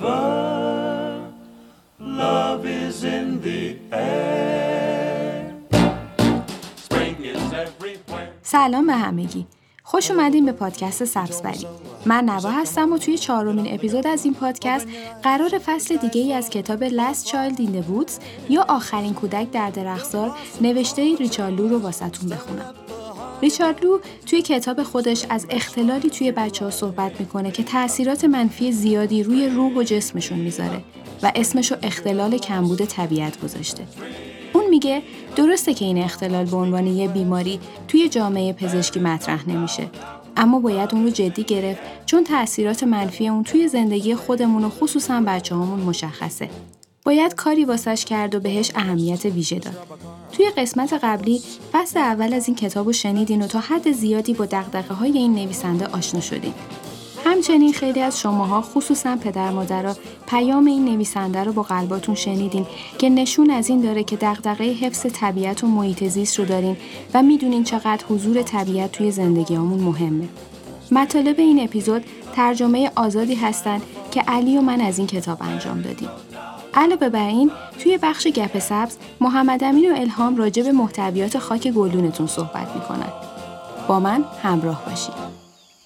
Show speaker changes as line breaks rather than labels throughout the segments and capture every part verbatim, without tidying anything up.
river. Love is in the air. Spring is everywhere.
سلام به همگی. خوش اومدین به پادکست سبزبری. من نوا هستم و توی چهارمین اپیزود از این پادکست قرار فصل دیگه ای از کتاب Last Child in the Woods یا آخرین کودک در درختزار نوشته ریچارد لو رو واسهتون بخونم. ریچارد لو توی کتاب خودش از اختلالی توی بچه‌ها صحبت میکنه که تأثیرات منفی زیادی روی روح و جسمشون میذاره و اسمشو اختلال کمبود طبیعت گذاشته. اون میگه درسته که این اختلال به عنوان یه بیماری توی جامعه پزشکی مطرح نمیشه، اما باید اون رو جدی گرفت چون تأثیرات منفی اون توی زندگی خودمون و خصوصا بچه‌هامون مشخصه. باید کاری واسش کرد و بهش اهمیت ویژه داد. توی قسمت قبلی فصل اول از این کتابو شنیدین و تا حد زیادی با دغدغه‌های این نویسنده آشنا شدین. همچنین خیلی از شماها خصوصا پدر مادرها پیام این نویسنده رو با قلباتون شنیدین که نشون از این داره که دغدغه حفظ طبیعت و محیط زیست رو دارین و میدونین چقدر حضور طبیعت توی زندگیامون مهمه. مطالب این اپیزود ترجمه آزادی هستن که علی و من از این کتاب انجام دادیم. علاوه بر این توی بخش گپ سبز محمد امین و الهام راجع به محتویات خاک گلدونتون صحبت میکنن. با من همراه باشید.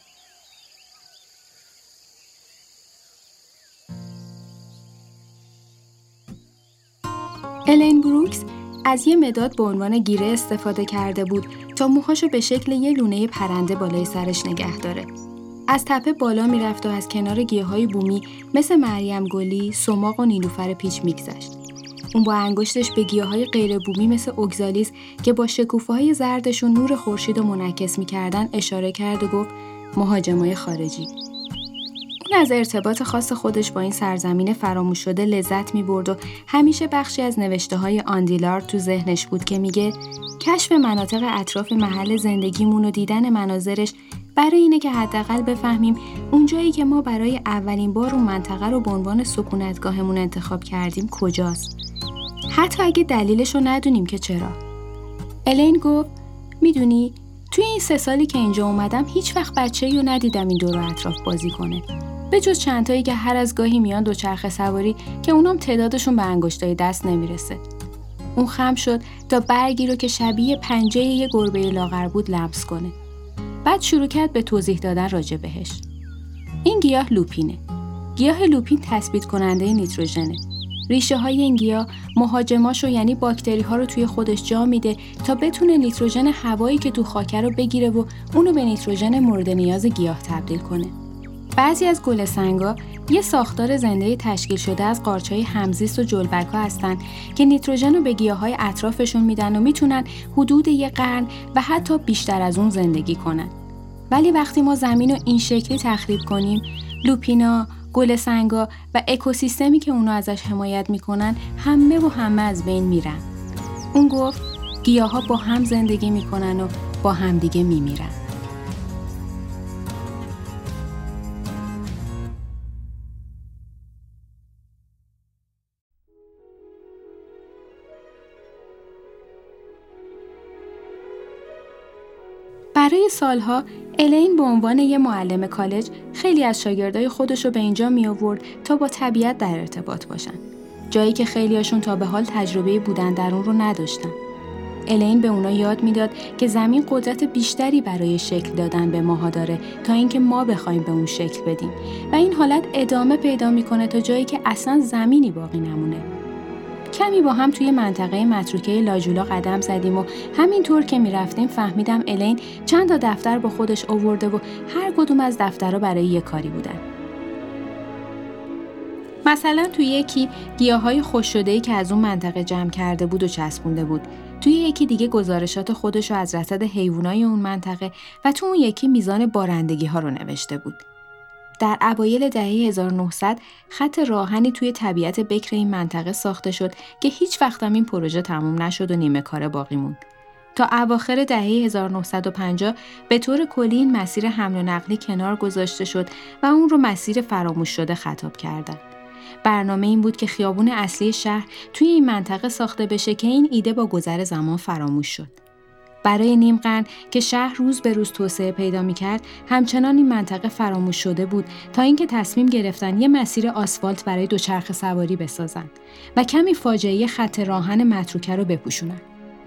الین بروکس از یه مداد به عنوان گیره استفاده کرده بود تا موهاشو به شکل یه لونه پرنده بالای سرش نگه داره. از تپه بالا میرفت و از کنار گیاهای بومی مثل مریم گلی، سماق و نیلوفر پیچ میگذشت. اون با انگشتش به گیاهای غیر بومی مثل اوگزالیس که با شکوفه‌های زردشون نور خورشید رو منعکس میکردن اشاره کرد و گفت مهاجمای خارجی. اون از ارتباط خاص خودش با این سرزمین فراموش شده لذت می‌برد و همیشه بخشی از نوشته‌های آندیلار تو ذهنش بود که میگه کشف مناطق اطراف محل زندگیمون و دیدن مناظرش برای اینه که حداقل بفهمیم اون جایی که ما برای اولین بار اون منطقه رو به عنوان سکونتگاهمون انتخاب کردیم کجاست. حتی اگه دلیلش رو ندونیم که چرا. الین گفت میدونی توی این سه سالی که اینجا اومدم هیچ وقت بچه‌ای رو ندیدم این دور و اطراف بازی کنه. به جز چند تایی که هر از گاهی میان دوچرخه سواری که اونام تعدادشون به انگشتای دست نمیرسه. اون خم شد تا برگی رو که شبیه پنجه یه گربه لاغر بود لمس کنه. بعد شروع کرد به توضیح دادن راجع بهش. این گیاه لوپینه. گیاه لوپین تثبیت کننده نیتروژنه. ریشه های این گیاه مهاجماشو یعنی باکتری ها رو توی خودش جا میده تا بتونه نیتروژن هوایی که تو خاک رو بگیره و اونو به نیتروژن مورد نیاز گیاه تبدیل کنه. بعضی از گلسنگا یه ساختار زنده تشکیل شده از قارچ‌های همزیست و جلبک‌ها هستن که نیتروژن رو به گیاهای اطرافشون میدن و میتونن حدود یک قرن و حتی بیشتر از اون زندگی کنن. ولی وقتی ما زمین رو این شکلی تخریب کنیم، لوپینا، گلسنگا و اکوسیستمی که اونا ازش حمایت میکنن همه و همه از بین میرن. اون گفت گیاها با هم زندگی میکنن و با هم دیگه میمیرن. برای سالها الین به عنوان یه معلم کالج خیلی از شاگردای خودش رو به اینجا می آورد تا با طبیعت در ارتباط باشن. جایی که خیلیاشون تا به حال تجربه بودن در اون رو نداشتن. الین به اونا یاد میداد که زمین قدرت بیشتری برای شکل دادن به ماها داره تا اینکه ما بخوایم به اون شکل بدیم و این حالت ادامه پیدا میکنه تا جایی که اصلا زمینی باقی نمونه. کمی با هم توی منطقه متروکه لاجولا قدم زدیم و همینطور که میرفتیم فهمیدم الین چند تا دفتر با خودش آورده و هر کدوم از دفترها برای یک کاری بودن. مثلا توی یکی گیاهای خوش شده‌ای که از اون منطقه جمع کرده بود و چسبونده بود. توی یکی دیگه گزارشات خودش رو از رصد حیوانای اون منطقه و تو اون یکی میزان بارندگی‌ها رو نوشته بود. در اوایل دهه هزار و نهصد خط راهنی توی طبیعت بکر این منطقه ساخته شد که هیچ وقت هم این پروژه تموم نشد و نیمه کاره باقی موند. تا اواخر دهه هزار و نهصد و پنجاه به طور کلی این مسیر حمل و نقلی کنار گذاشته شد و اون رو مسیر فراموش شده خطاب کردند. برنامه این بود که خیابون اصلی شهر توی این منطقه ساخته بشه که این ایده با گذر زمان فراموش شد. برای نیم قرن که شهر روز به روز توسعه پیدا می‌کرد، همچنان این منطقه فراموش شده بود تا اینکه تصمیم گرفتن یه مسیر آسفالت برای دوچرخه سواری بسازن و کمی فاجعه خط راهن متروکه رو بپوشونن.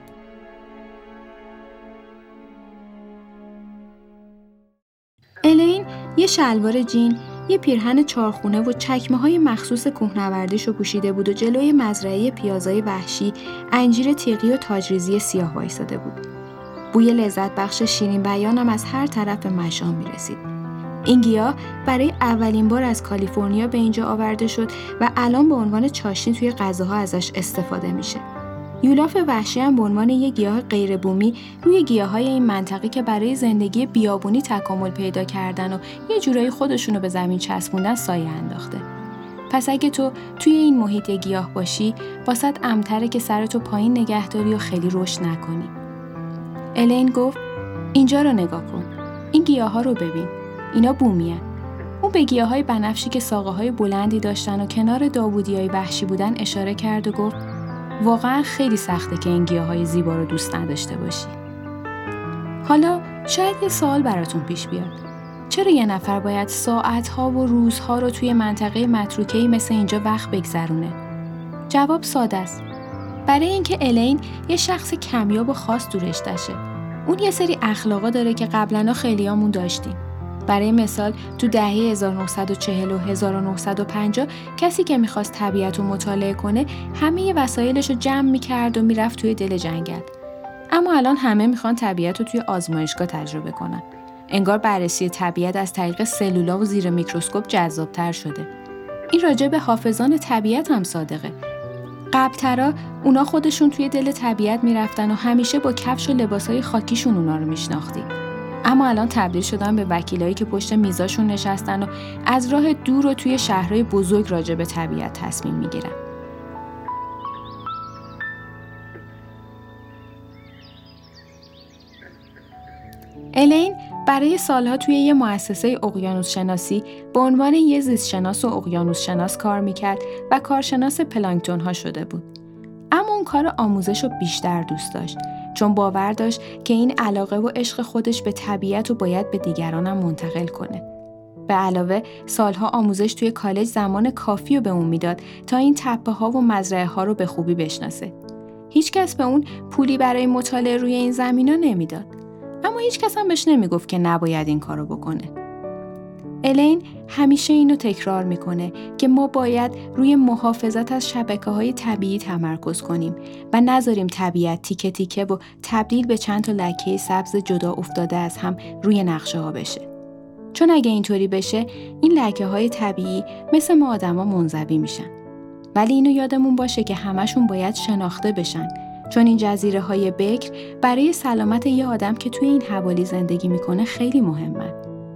الین یه شلوار جین، یه پیرهن چارخونه و چکمه‌های مخصوص کوهنوردیشو پوشیده بود و جلوی مزرعه پیازای وحشی، انجیر تیغی و تاجریزی سیاه وایساده بود. بوی لذت بخش شیرین بیانم از هر طرف مشام می‌رسید. این گیاه برای اولین بار از کالیفرنیا به اینجا آورده شد و الان به عنوان چاشنی توی غذاها ازش استفاده میشه. یولاف وحشی هم به عنوان یک گیاه غیر بومی روی گیاهای این منطقه که برای زندگی بیابونی تکامل پیدا کردن و یه جورایی خودشونو به زمین چسبوندن سایه انداخته. پس اگه تو توی این محیط گیاه باشی، واسط امتره که سرتو پایین نگهداری و خیلی رشد نکنی. الین گفت اینجا رو نگاه کن. این گیاها رو ببین. اینا بومیه. اون به گیاهای بنفشی که ساقه‌های بلندی داشتن و کنار داوودیای وحشی بودن اشاره کرد و گفت واقعا خیلی سخته که این گیاهای زیبا رو دوست نداشته باشی. حالا شاید یه سوال براتون پیش بیاد. چرا یه نفر باید ساعت‌ها و روزها رو توی منطقه متروکه‌ای مثل اینجا وقت بگذرونه؟ جواب ساده است. برای اینکه الین یه شخص کمیاب و خاص تو رشته‌شه. اون یه سری اخلاقا داره که قبلاً خیلیامون داشتیم. برای مثال تو دهه هزار و نهصد و چهل و هزار و نهصد و پنجاه کسی که میخواست طبیعت رو مطالعه کنه همه وسایلش رو جمع میکرد و میرفت توی دل جنگل. اما الان همه میخوان طبیعت رو توی آزمایشگاه تجربه کنن. انگار بررسی طبیعت از طریق سلولا و زیر میکروسکوپ جذابتر شده. این راجع به حافظان طبیعت هم صادقه. قبل‌ترا اونا خودشون توی دل طبیعت میرفتن و همیشه با کفش و لباسای خاکیشون اونا رو میشناختی. اما الان تبدیل شدن به وکیلایی که پشت میزاشون نشستن و از راه دور و توی شهرهای بزرگ راجع به طبیعت تصمیم میگیرن. الین برای سالها توی یه مؤسسه اقیانوس شناسی به عنوان یه زیست شناس و اقیانوس شناس کار میکرد و کارشناس پلانکتون ها شده بود. اما اون کار آموزش رو بیشتر دوست داشت، چون باور داشت که این علاقه و عشق خودش به طبیعت رو باید به دیگرانم منتقل کنه. به علاوه سالها آموزش توی کالج زمان کافی رو به اون میداد تا این تپه ها و مزرعه ها رو به خوبی بشناسه. هیچ کس به اون پولی برای مطالعه روی این زمینا نمیداد. اما هیچ کس هم بهش نمیگفت که نباید این کارو بکنه. الین همیشه اینو تکرار میکنه که ما باید روی محافظت از شبکه‌های طبیعی تمرکز کنیم و نذاریم طبیعت تیکه تیکه و تبدیل به چند تا لکه سبز جدا افتاده از هم روی نقشه ها بشه. چون اگه اینطوری بشه، این لکه‌های طبیعی مثل ما آدما منزوی میشن. ولی اینو یادمون باشه که همشون باید شناخته بشن، چون این جزیره‌های بکر برای سلامت یه آدم که توی این حوالی زندگی میکنه خیلی مهمه.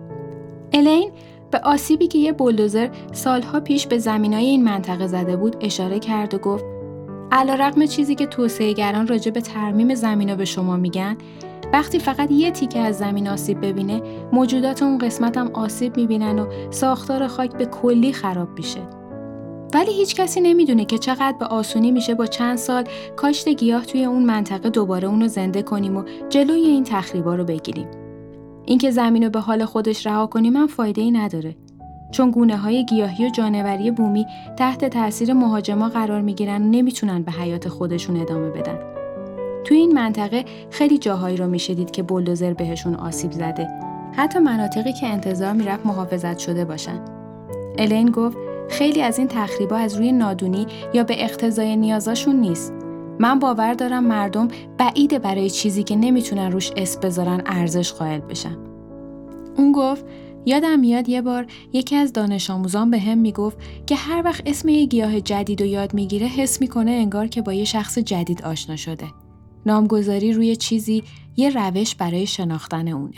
الین به آسیبی که یه بولدوزر سالها پیش به زمینای این منطقه زده بود اشاره کرد و گفت علیرغم چیزی که توسعه‌گران راجع به ترمیم زمینا به شما میگن، وقتی فقط یه تیکه از زمین آسیب ببینه، موجودات اون قسمت هم آسیب میبینن و ساختار خاک به کلی خراب میشه. ولی هیچ کسی نمیدونه که چقدر به آسونی میشه با چند سال کاشت گیاه توی اون منطقه دوباره اونو زنده کنیم و جلوی این تخریبا رو بگیریم. اینکه زمین رو به حال خودش رها کنیم هم فایده‌ای نداره، چون گونه‌های گیاهی و جانوری بومی تحت تاثیر مهاجما قرار میگیرن و نمیتونن به حیات خودشون ادامه بدن. توی این منطقه خیلی جاهایی رو میشه دید که بولدوزر بهشون آسیب زده، حتی مناطقی که انتظار میرفت محافظت شده باشن. الین گفت خیلی از این تخریبا از روی نادونی یا به اقتضای نیازاشون نیست. من باور دارم مردم بعیده برای چیزی که نمیتونن روش اسم بذارن ارزش قائل بشن. اون گفت یادم میاد یه بار یکی از دانش آموزان به هم میگفت که هر وقت اسم یه گیاه جدید رو یاد میگیره حس میکنه انگار که با یه شخص جدید آشنا شده. نامگذاری روی چیزی یه روش برای شناختن اونه.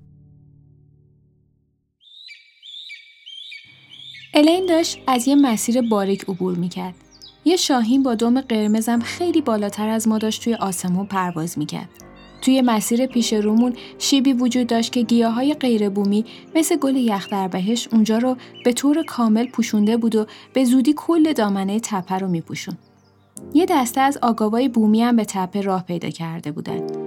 الین داشت از یه مسیر باریک عبور میکرد. یه شاهین با دم قرمزم خیلی بالاتر از ما داشت توی آسمون پرواز میکرد. توی مسیر پیش رومون شیبی وجود داشت که گیاهای غیر بومی مثل گل یخ در بهشت اونجا رو به طور کامل پوشونده بود و به زودی کل دامنه تپه رو میپوشون. یه دسته از آگاوای بومی هم به تپه راه پیدا کرده بودن.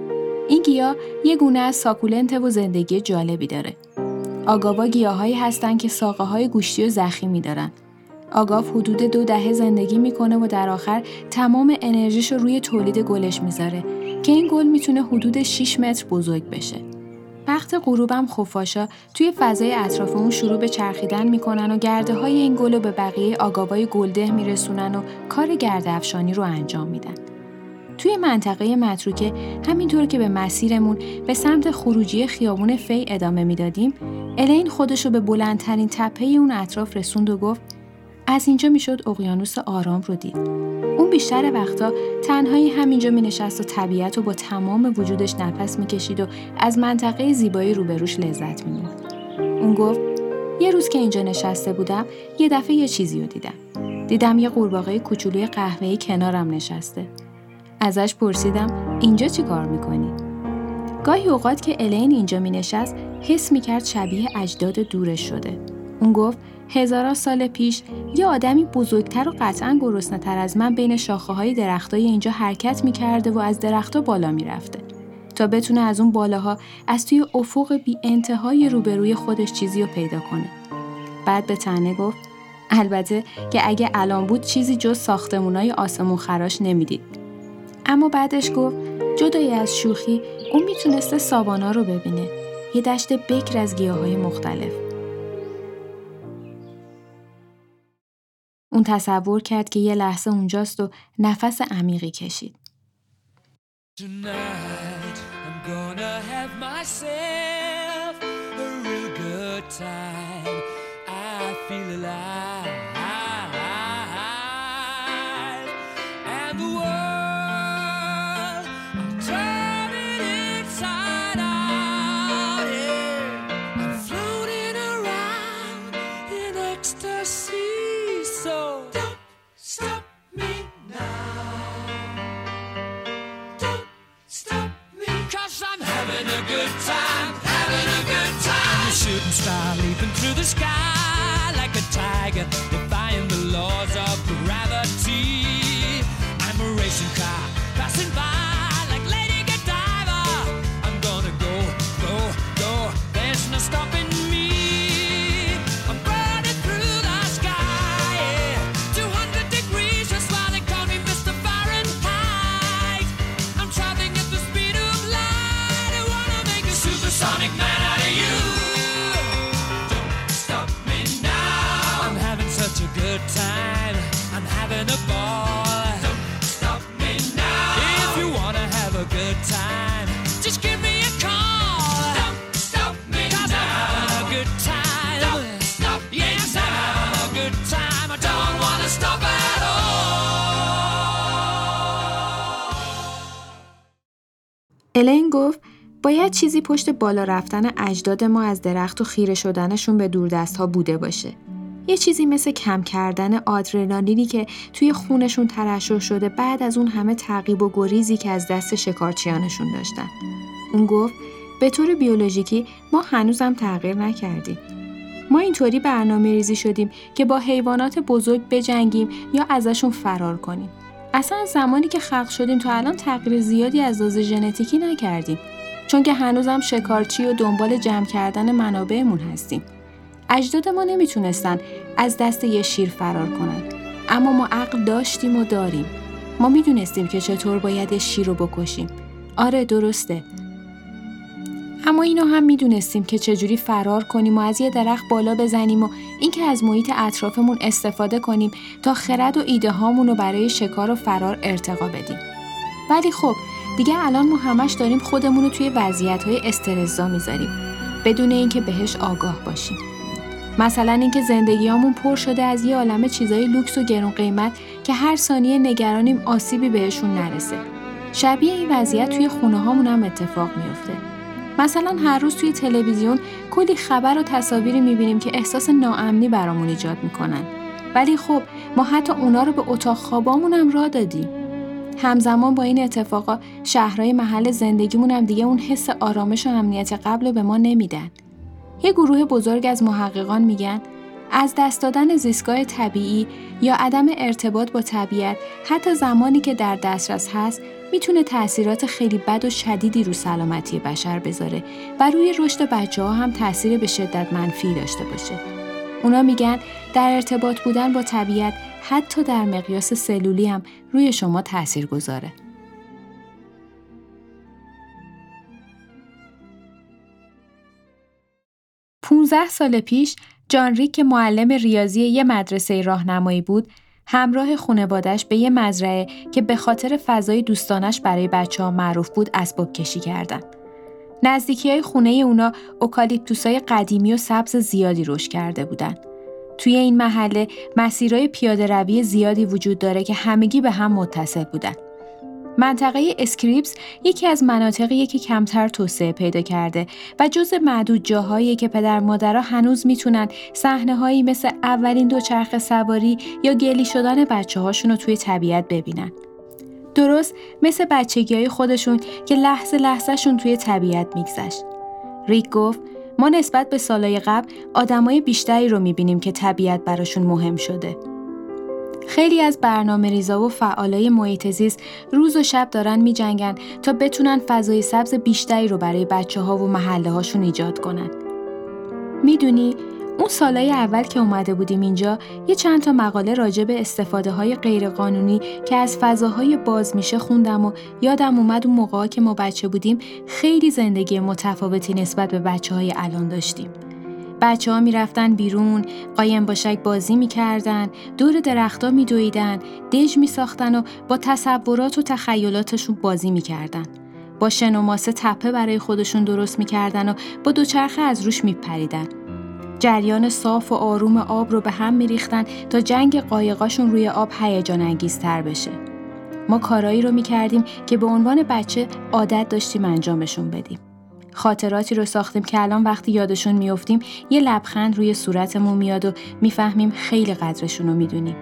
این گیاه یه گونه از ساکولنت و زندگی جالبی داره. آگاوا گیاهایی هستن که ساقه‌های گوشتی و زخیمی دارن. آگاو حدود دو دهه زندگی میکنه و در آخر تمام انرژیش رو روی تولید گلش میذاره که این گل میتونه حدود شش متر بزرگ بشه. وقت غروبم خفاشا توی فضای اطرافمون شروع به چرخیدن میکنن و گرده های این گل رو به بقیه آگاوای گلده میرسونن و کار گرده افشانی رو انجام میدن. توی منطقه متروکه همینطور که به مسیرمون به سمت خروجی خیابون فی ادامه میدادیم، الین خودش رو به بلندترین تپه اون اطراف رسوند و گفت از اینجا میشد اقیانوس آرام رو دید. اون بیشتر وقتا تنهایی همینجا مینشست و طبیعت رو با تمام وجودش نفس میکشید و از منطقه زیبایی روبروش لذت می‌برد. اون گفت یه روز که اینجا نشسته بودم یه دفعه یه چیزی رو دیدم. دیدم یه قورباغه کوچولوی قهوه‌ای کنارم نشسته. ازش پرسیدم اینجا چی کار میکنی؟ گاهی اوقات که الین اینجا مینشست حس میکرد شبیه اجداد دورش شده. اون گفت هزاران سال پیش یه آدمی بزرگتر و قطعاً گرسنه‌تر از من بین شاخه‌های درختای اینجا حرکت می‌کرده و از درخت‌ها بالا می‌رفته تا بتونه از اون بالاها از توی افق بی انتهای روبروی خودش چیزی رو پیدا کنه. بعد به تنه گفت البته که اگه الان بود چیزی جز ساختمونای آسمون خراش نمیدید. اما بعدش گفت جدای از شوخی اون میتونسته ساوانا رو ببینه، یه دشت بکر از گیاهای مختلف. اون تصور کرد که یه لحظه اونجاست و نفس عمیقی کشید. Tonight I'm gonna have myself a real good time. I feel alive. And the world I'm turning inside out. Yeah. I'm floating around in ecstasy. So don't stop me now. Don't stop me. 'Cause I'm having a good time, having a good time. I'm a shooting star leaping through the sky like a tiger, defying the laws of gravity. I'm a racing car passing by like Lady Godiva. I'm gonna go, go, go. There's no stopping me. Good time, I'm having a ball. Don't stop me now. If you wanna have a good time, just give me a call. Don't stop me 'Cause now. I'm having a good time. Don't stop me yes, now. I'm having a good time. I don't wanna stop at all. الین گفت باید چیزی پشت بالا رفتن اجداد ما از درخت و خیره شدنشون به دوردست‌ها بوده باشه. یه چیزی مثل کم کردن آدرنالینی که توی خونشون ترشح شده بعد از اون همه تعقیب و گریزی که از دست شکارچیانشون داشتن. اون گفت به طور بیولوژیکی ما هنوزم تغییر نکردیم. ما اینطوری برنامه ریزی شدیم که با حیوانات بزرگ بجنگیم یا ازشون فرار کنیم. اصلا زمانی که خلق شدیم تا الان تغییر زیادی از لحاظ ژنتیکی نکردیم، چون که هنوزم شکارچی و دنبال جمع کردن منابعمون هستیم. اجداد ما نمیتونستن از دست یه شیر فرار کنن، اما ما عقل داشتیم و داریم. ما میدونستیم که چطور باید یه شیر رو بکشیم. آره درسته. اما اینو هم میدونستیم که چجوری فرار کنیم و از یه درخت بالا بزنیم و اینکه از محیط اطرافمون استفاده کنیم تا خرد و ایده هامون رو برای شکار و فرار ارتقا بدیم. ولی خب دیگه الان ما همش داریم خودمون رو توی وضعیت‌های استرس‌زا میذاریم بدون اینکه بهش آگاه باشیم. مثلا اینکه زندگیامون پر شده از یه عالمه چیزای لوکس و گرون قیمت که هر ثانیه نگرانیم آسیبی بهشون نرسه. شبیه این وضعیت توی خونه هامون هم اتفاق میفته. مثلا هر روز توی تلویزیون کلی خبر و تصاویری میبینیم که احساس ناامنی برامون ایجاد میکنن. ولی خب ما حتی اونا رو به اتاق خوابامون هم راه دادیم. همزمان با این اتفاقا شهرهای محل زندگیمون هم دیگه اون حس آرامش و امنیت قبل رو به ما نمیدن. یه گروه بزرگ از محققان میگن از دست دادن زیستگاه طبیعی یا عدم ارتباط با طبیعت حتی زمانی که در دسترس هست میتونه تأثیرات خیلی بد و شدیدی رو سلامتی بشر بذاره و روی رشد بچه‌ها هم تأثیر به شدت منفی داشته باشه. اونا میگن در ارتباط بودن با طبیعت حتی در مقیاس سلولی هم روی شما تأثیر گذاره. پونزده سال پیش جان ریک که معلم ریاضی یه مدرسه راهنمایی بود، همراه خانواده‌اش به یه مزرعه که به خاطر فضای دوستانش برای بچه‌ها معروف بود اسباب کشی کردن. نزدیکی‌های خونه اونا اوکالیپتوسای قدیمی و سبز زیادی رشد کرده بودن. توی این محله مسیرهای پیاده‌روی زیادی وجود داره که همگی به هم متصل بودن. منطقه اسکریپس یکی از مناطقیه که کمتر توسعه پیدا کرده و جزو معدود جاهاییه که پدر مادرها هنوز میتونن صحنه‌هایی مثل اولین دوچرخه سواری یا گلی شدن بچه‌هاشون رو توی طبیعت ببینن. درست مثل بچگی‌های خودشون که لحظه لحظه‌شون توی طبیعت میگذشت. ریک گفت ما نسبت به سالهای قبل آدمای بیشتری رو میبینیم که طبیعت براشون مهم شده. خیلی از برنامه‌ریزا و فعالای محیط زیست روز و شب دارن می‌جنگن تا بتونن فضای سبز بیشتری رو برای بچه‌ها و محله‌هاشون ایجاد کنن. میدونی اون سالهای اول که اومده بودیم اینجا یه چند تا مقاله راجع به استفاده‌های غیرقانونی که از فضاهای باز میشه خوندم و یادم اومد اون موقعا که ما بچه بودیم خیلی زندگی متفاوتی نسبت به بچه‌های الان داشتیم. بچه‌ها می‌رفتن بیرون، قایم باشک بازی می‌کردن، دور درخت‌ها می‌دویدن، دژ می‌ساختن و با تصورات و تخیلاتشون بازی می‌کردن. با شن و ماسه تپه برای خودشون درست می‌کردن و با دوچرخه از روش می‌پریدن. جریان صاف و آروم آب رو به هم می‌ریختن تا جنگ قایقاشون روی آب هیجان انگیزتر بشه. ما کارایی رو می‌کردیم که به عنوان بچه عادت داشتیم انجامشون بدیم. خاطراتی رو ساختیم که الان وقتی یادشون میافتیم یه لبخند روی صورتمون میاد و میفهمیم خیلی قدرشون رو میدونیم.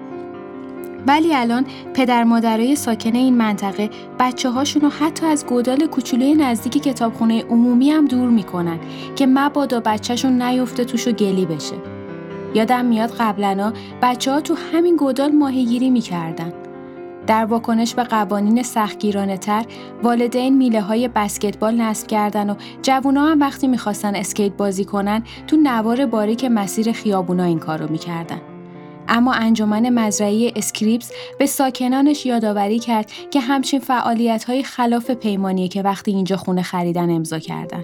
ولی الان پدر مادرای ساکن این منطقه بچه هاشون رو حتی از گودال کوچولوی نزدیک کتابخونه عمومی هم دور میکنن که مبادا بچهشون نیفته توش و گلی بشه. یادم میاد قبلنا بچه ها تو همین گودال ماهیگیری میکردن. در واکنش به قوانین سختگیرانه تر، والدین میله های بسکتبال نصب کردن و جوونا هم وقتی میخواستن اسکیت بازی کنن تو نوار باریک مسیر خیابونا این کارو میکردن. اما انجمن مزرعه اسکریپس به ساکنانش یادآوری کرد که همچین فعالیت‌های خلاف پیمانیه که وقتی اینجا خونه خریدن امضا کردن.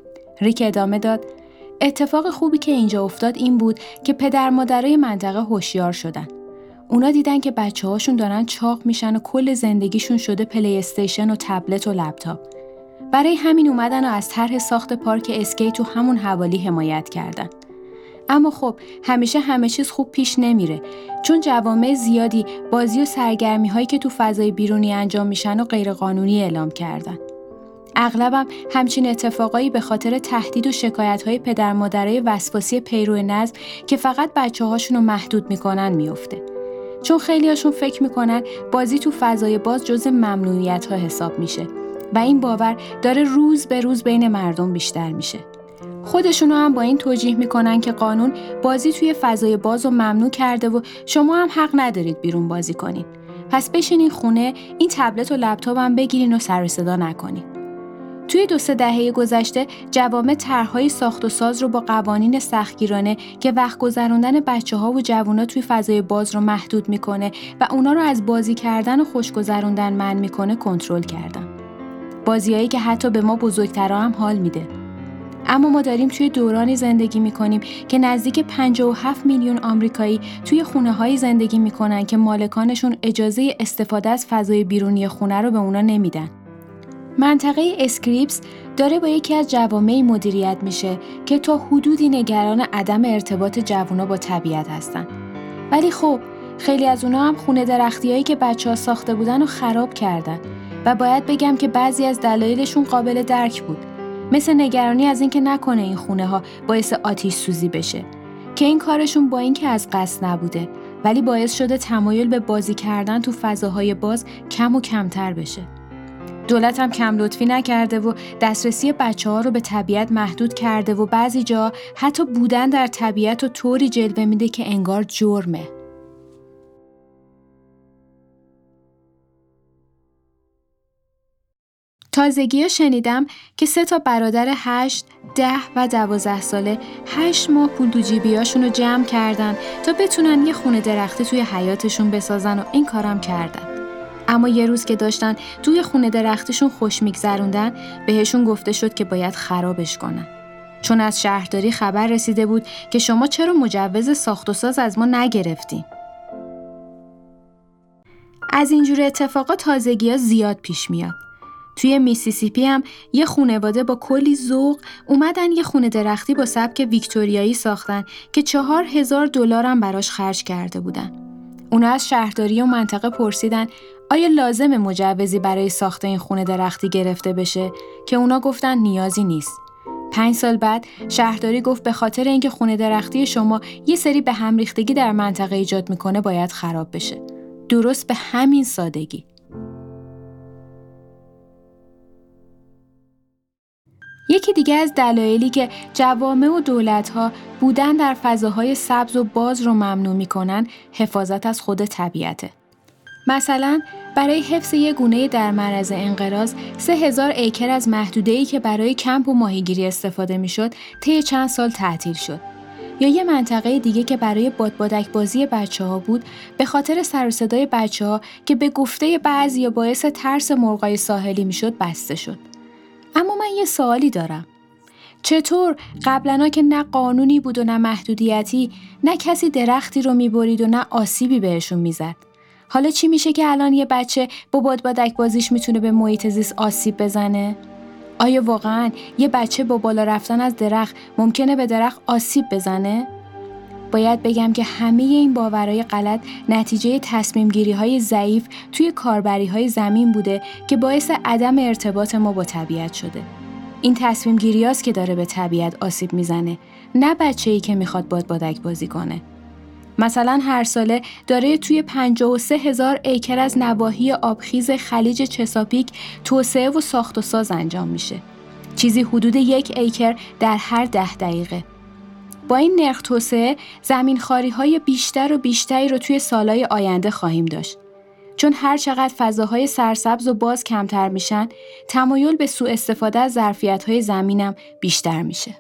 ریک ادامه داد: اتفاق خوبی که اینجا افتاد این بود که پدر مادرای منطقه هوشیار شدن. اونا دیدن که بچه‌هاشون دارن چاق میشن و کل زندگیشون شده پلی استیشن و تبلت و لپتاپ. برای همین اومدن و از طرح ساخت پارک اسکیت تو همون حوالی حمایت کردن. اما خب همیشه همه چیز خوب پیش نمیره، چون جوامع زیادی بازی و سرگرمی هایی که تو فضای بیرونی انجام میشن و غیرقانونی اعلام کردن. اغلبم همچین اتفاقایی به خاطر تهدید و شکایت‌های پدر مادرای وسواسی پیرو نظم که فقط بچه‌هاشون رو محدود میکنن میفته. چون خیلیاشون فکر میکنن بازی تو فضای باز جزء ممنوعیت‌ها حساب میشه و این باور داره روز به روز بین مردم بیشتر میشه. خودشونو هم با این توجیه میکنن که قانون بازی توی فضای باز رو ممنوع کرده و شما هم حق ندارید بیرون بازی کنین. پس بشینین خونه، این تبلت و لپتاپ هم بگیرین و سر و صدا نکنین. توی دو سه دهه گذشته جوامع طرح‌های ساخت و ساز رو با قوانین سختگیرانه که وقت گذروندن بچه‌ها و جوونا توی فضای باز رو محدود میکنه و اونا رو از بازی کردن و خوش گذروندن منع میکنه کنترل کردن. بازیایی که حتی به ما بزرگترها هم حال میده. اما ما داریم توی دورانی زندگی میکنیم که نزدیک پنجاه و هفت میلیون آمریکایی توی خونه‌های زندگی میکنن که مالکانشون اجازه استفاده از فضای بیرونی خونه رو به اونا نمیدن. منطقه اسکریپس داره با یکی از جوامعی مدیریت میشه که تا حدودی نگران عدم ارتباط جوونا با طبیعت هستن. ولی خب خیلی از اونا هم خونه درختیایی که بچه‌ها ساخته بودن رو خراب کردن و باید بگم که بعضی از دلایلشون قابل درک بود. مثل نگرانی از اینکه نکنه این خونه ها باعث آتش سوزی بشه که این کارشون با اینکه از قصد نبوده ولی باعث شده تمایل به بازی کردن تو فضاهای باز کم و کمتر بشه. دولت هم کم لطفی نکرده و دسترسی بچه‌ها رو به طبیعت محدود کرده و بعضی جا حتی بودن در طبیعت رو طوری جلوه میده که انگار جرمه. تازگی ها شنیدم که سه تا برادر هشت، ده و دوازده ساله هشت ماه پول تو جیبیاشون رو جمع کردن تا بتونن یه خونه درختی توی حیاتشون بسازن و این کارم کردن. اما یه روز که داشتن توی خونه درختیشون خوش میگذروندن بهشون گفته شد که باید خرابش کنن. چون از شهرداری خبر رسیده بود که شما چرا مجوز ساخت و ساز از ما نگرفتین؟ از اینجور اتفاقات تازگی ها زیاد پیش میاد. توی میسیسیپی هم یه خانواده با کلی ذوق اومدن یه خونه درختی با سبک ویکتوریایی ساختن که چهار هزار دلار هم براش خرج کرده بودن. اونا از شهرداری و منطقه پرسیدن آیا لازم مجوزی برای ساخت این خونه درختی گرفته بشه که اونا گفتن نیازی نیست. پنج سال بعد شهرداری گفت به خاطر اینکه خونه درختی شما یه سری به هم ریختگی در منطقه ایجاد میکنه باید خراب بشه. درست به همین سادگی. یکی دیگه از دلایلی که جوامع و دولت‌ها بودن در فضاهای سبز و باز رو ممنوع می‌کنن، حفاظت از خود طبیعته. مثلا برای حفظ یک گونه در معرض انقراض، سه هزار ایکر از محدوده‌ای که برای کمپ و ماهیگیری استفاده می‌شد، طی چند سال تعطیل شد. یا یه منطقه دیگه که برای بادبادک بازی بچه‌ها بود، به خاطر سر و صدای بچه‌ها که به گفته بعضیا باعث ترس مرغای ساحلی می‌شد، بسته شد. اما من یه سوالی دارم. چطور قبلنا که نه قانونی بود و نه محدودیتی، نه کسی درختی رو میبرید و نه آسیبی بهشون میزد؟ حالا چی میشه که الان یه بچه با بادبادک بازیش میتونه به محیط زیست آسیب بزنه؟ آیا واقعاً یه بچه با بالا رفتن از درخت ممکنه به درخت آسیب بزنه؟ باید بگم که همه این باورهای غلط نتیجه تصمیم گیری های ضعیف توی کاربری های زمین بوده که باعث عدم ارتباط ما با طبیعت شده. این تصمیم گیری هاست که داره به طبیعت آسیب میزنه، نه بچه‌ای که میخواد بادبادک بازی کنه. مثلا هر ساله داره توی پنجاه و سه هزار ایکر از نواحی آبخیز خلیج چساپیک توسعه و ساخت و ساز انجام میشه. چیزی حدود یک ایکر در هر ده دقیقه. با این نرخ توسعه زمینخواری‌های بیشتر و بیشتری رو توی سالهای آینده خواهیم داشت. چون هر چقدر فضاهای سرسبز و باز کمتر میشن، تمایل به سوء استفاده از ظرفیت‌های زمینم بیشتر میشه.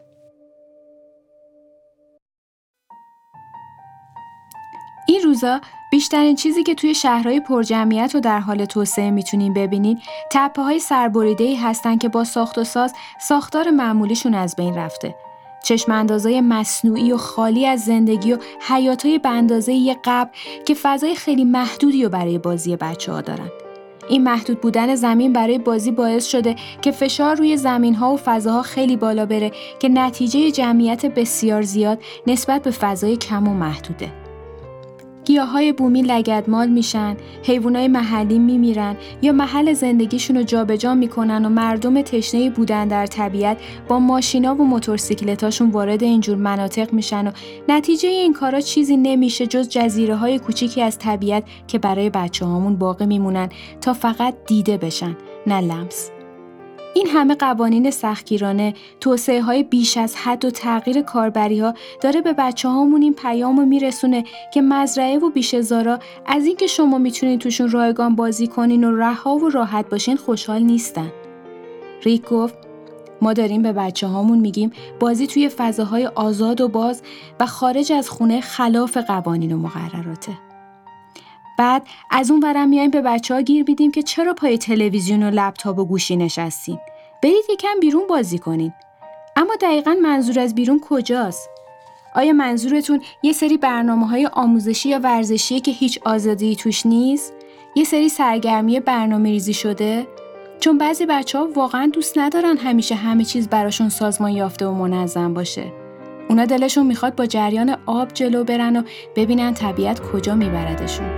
این روزا بیشترین چیزی که توی شهرهای پرجمعیت و در حال توسعه میتونین ببینین، تپه‌های سربریده‌ای هستن که با ساخت و ساز ساختار معمولیشون از بین رفته. چشم‌اندازهای مصنوعی و خالی از زندگی و حیاطای به اندازه یه قبر که فضای خیلی محدودی رو برای بازی بچه‌ها دارن. این محدود بودن زمین برای بازی باعث شده که فشار روی زمین‌ها و فضاها خیلی بالا بره که نتیجه جمعیت بسیار زیاد نسبت به فضای کم و محدوده. گیاهای بومی لگدمال میشن، حیوانای محلی میمیرن یا محل زندگیشون رو جابجا میکنن و مردم تشنه بودن در طبیعت با ماشینا و موتورسیکلتاشون وارد اینجور مناطق میشن و نتیجه این کارا چیزی نمیشه جز جزیره‌های کوچیکی از طبیعت که برای بچه‌هامون باقی میمونن تا فقط دیده بشن، نه لمس. این همه قوانین سختگیرانه، توسعه‌های بیش از حد و تغییر کاربری‌ها داره به بچه‌هامون این پیامو میرسونه که مزرعه و بیشه‌زارا از اینکه شما میتونین توشون رایگان بازی کنین و رها و راحت باشین خوشحال نیستن. ریک گفت ما داریم به بچه‌هامون میگیم بازی توی فضاهای آزاد و باز و خارج از خونه خلاف قوانین و مقرراته. بعد از اون ورم میایم به بچه‌ها گیر میدیم که چرا پای تلویزیون و لپتاپ و گوشی نشستین؟ برید یکم بیرون بازی کنین. اما دقیقاً منظور از بیرون کجاست؟ آیا منظورتون یه سری برنامه‌های آموزشی یا ورزشیه که هیچ آزادی توش نیست؟ یه سری سرگرمی برنامه‌ریزی شده؟ چون بعضی بچه‌ها واقعاً دوست ندارن همیشه همه چیز براشون سازمان یافته و منظم باشه. اونا دلشون میخواد با جریان آب جلو برن و ببینن طبیعت کجا میبردشون.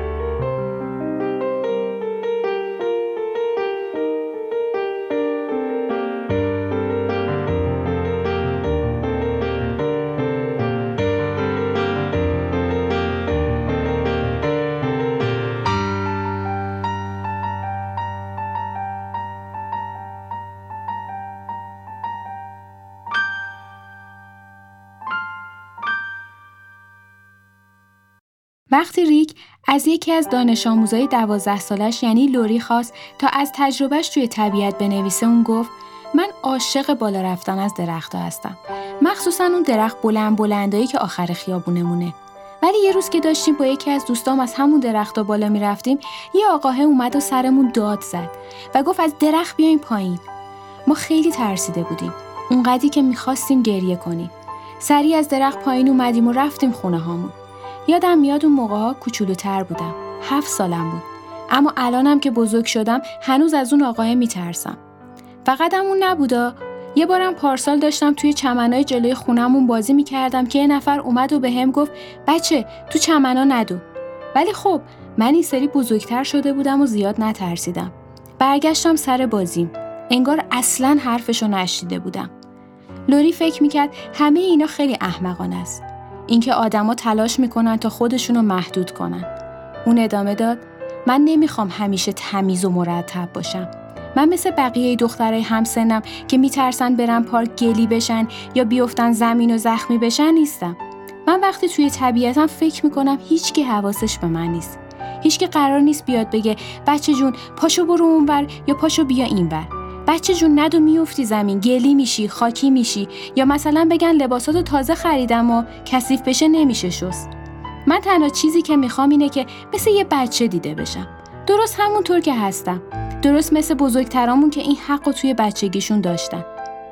وقتی ریک از یکی از دانش آموزای دوازده سالش یعنی لوری خواست تا از تجربهش توی طبیعت بنویسه، اون گفت من عاشق بالا رفتن از درخت‌ها هستم. مخصوصاً اون درخت بلند بلندایی که آخر خیابونمونه. ولی یه روز که داشتیم با یکی از دوستام از همون درخت‌ها بالا می‌رفتیم، یه آقاه اومد و سرمون داد زد و گفت از درخت بیاین پایین. ما خیلی ترسیده بودیم. اونقدری که می‌خواستیم گریه کنیم. سریع از درخت پایین اومدیم و رفتیم خونه هامون. یادم میاد اون موقع‌ها کوچولوتر بودم. هفت سالم بود. اما الانم که بزرگ شدم هنوز از اون آقاه میترسم. فقط همون نبودا. یه بارم پارسال داشتم توی چمنای جلوی خونمون بازی میکردم که یه نفر اومد و بهم گفت بچه تو چمنا ندو. ولی خب من این سری بزرگتر شده بودم و زیاد نترسیدم. برگشتم سر بازیم. انگار اصلاً حرفشو نشنیده بودم. لوری فکر میکرد همه اینا خیلی احمقانه است. اینکه آدما تلاش میکنن تا خودشونو محدود کنن. اون ادامه داد من نمیخوام همیشه تمیز و مرتب باشم. من مثل بقیه دخترای همسنم که میترسن برن پارک گلی بشن یا بیفتن زمین و زخمی بشن نیستم. من وقتی توی طبیعتم فکر میکنم هیچکی حواسش به من نیست. هیچکی قرار نیست بیاد بگه بچه جون پاشو برو اونور یا پاشو بیا اینور. بچه جون ندو میافتی زمین، گلی میشی، خاکی میشی، یا مثلا بگن لباساتو تازه خریدم و کثیف بشه نمیشه شست. من تنها چیزی که میخوام اینه که مثل یه بچه دیده بشم. درست همونطور که هستم. درست مثل بزرگترامون که این حقو توی بچگیشون داشتن.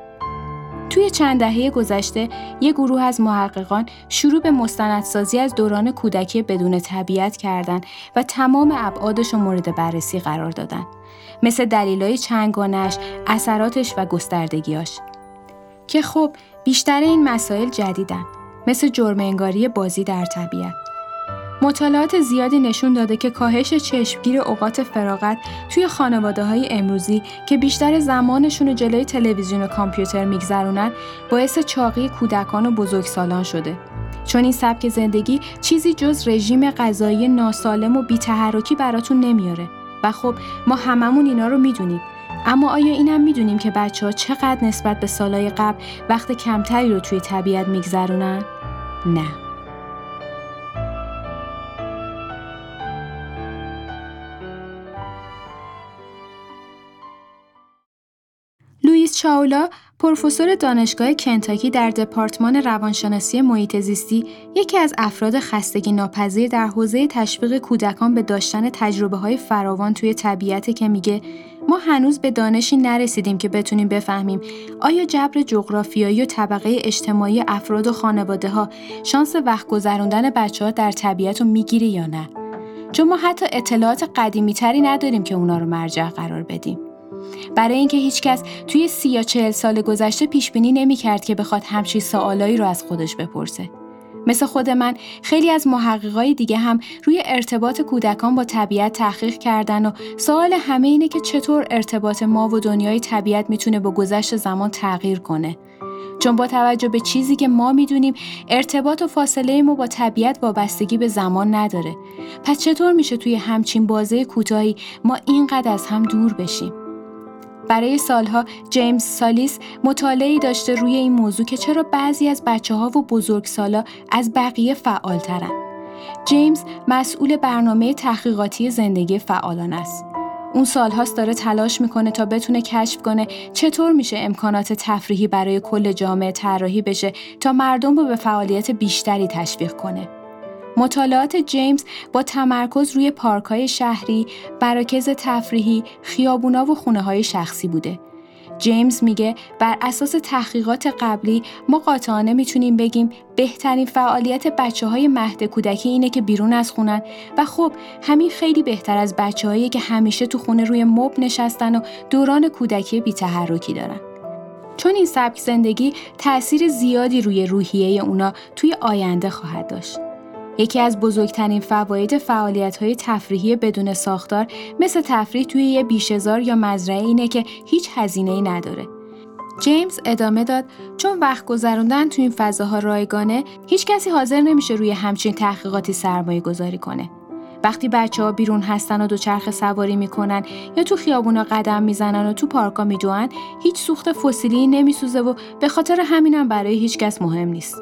توی چند دهه گذشته یه گروه از محققان شروع به مستندسازی از دوران کودکی بدون طبیعت کردن و تمام ابعادش رو مورد بررسی قرار دادن. مثل دلایل چندگانه‌اش، اثراتش و گستردگیاش. که خب بیشتر این مسائل جدیدن، مثل جرم انگاری بازی در طبیعت. مطالعات زیادی نشون داده که کاهش چشمگیر اوقات فراغت توی خانواده‌های امروزی که بیشتر زمانشون رو جلوی تلویزیون و کامپیوتر میگذرونن باعث چاقی کودکان و بزرگسالان شده. چون این سبک زندگی چیزی جز رژیم غذایی ناسالم و بی‌تحرکی براتون نمیاره. و خب ما هممون اینا رو میدونیم. اما آیا اینم میدونیم که بچه‌ها چقدر نسبت به سالهای قبل وقت کمتری رو توی طبیعت میگذرونن؟ نه. لوئیس چاولا، پروفسور دانشگاه کنتاکی در دپارتمان روانشناسی محیط زیستی، یکی از افراد خستگی ناپذیر در حوزه تشویق کودکان به داشتن تجربه‌های فراوان توی طبیعت که میگه ما هنوز به دانشی نرسیدیم که بتونیم بفهمیم آیا جبر جغرافیایی و طبقه اجتماعی افراد و خانواده‌ها شانس وقت گذروندن بچه‌ها در طبیعت رو میگیره یا نه. چون ما حتی اطلاعات قدیمی‌تری نداریم که اونا رو مرجع قرار بدیم. برای اینکه هیچکس توی سی یا چهل سال گذشته پیش بینی نمی‌کرد که بخواد همچین سوالایی رو از خودش بپرسه. مثل خود من خیلی از محققای دیگه هم روی ارتباط کودکان با طبیعت تحقیق کردن و سوال همه اینه که چطور ارتباط ما و دنیای طبیعت میتونه با گذشت زمان تغییر کنه. چون با توجه به چیزی که ما میدونیم ارتباط و فاصله ما با طبیعت وابستگی به زمان نداره. پس چطور میشه توی همچین بازه کوتاهی ما اینقدر از هم دور بشیم؟ برای سالها جیمز سالیس مطالعه‌ای داشته روی این موضوع که چرا بعضی از بچه‌ها و بزرگسالا از بقیه فعال‌ترن. جیمز مسئول برنامه تحقیقاتی زندگی فعالان است. اون سالهاست داره تلاش میکنه تا بتونه کشف کنه چطور میشه امکانات تفریحی برای کل جامعه طراحی بشه تا مردم رو به فعالیت بیشتری تشویق کنه. مطالعات جیمز با تمرکز روی پارک‌های شهری، مراکز تفریحی، خیابونا و خونه‌های شخصی بوده. جیمز میگه بر اساس تحقیقات قبلی ما قاطعانه میتونیم بگیم بهترین فعالیت بچه‌های مهد کودکی اینه که بیرون از خونن و خب همین خیلی بهتر از بچه‌هایی که همیشه تو خونه روی مبل نشستن و دوران کودکی بی‌تحرکی دارن. چون این سبک زندگی تأثیر زیادی روی روحیه اونا توی آینده خواهد داشت. یکی از بزرگترین فواید فعالیت‌های تفریحی بدون ساختار مثل تفریح توی یه بیشه‌زار یا مزرعه اینه که هیچ هزینه‌ای نداره. جیمز ادامه داد چون وقت گذروندن توی این فضاها رایگانه، هیچ کسی حاضر نمیشه روی همچین تحقیقاتی سرمایه گذاری کنه. وقتی بچه‌ها بیرون هستن و دوچرخه سواری میکنن یا تو خیابونا قدم میزنن و تو پارکا میدوئن، هیچ سوخت فسیلی نمیسوزه و به خاطر همینم برای هیچ کس مهم نیست.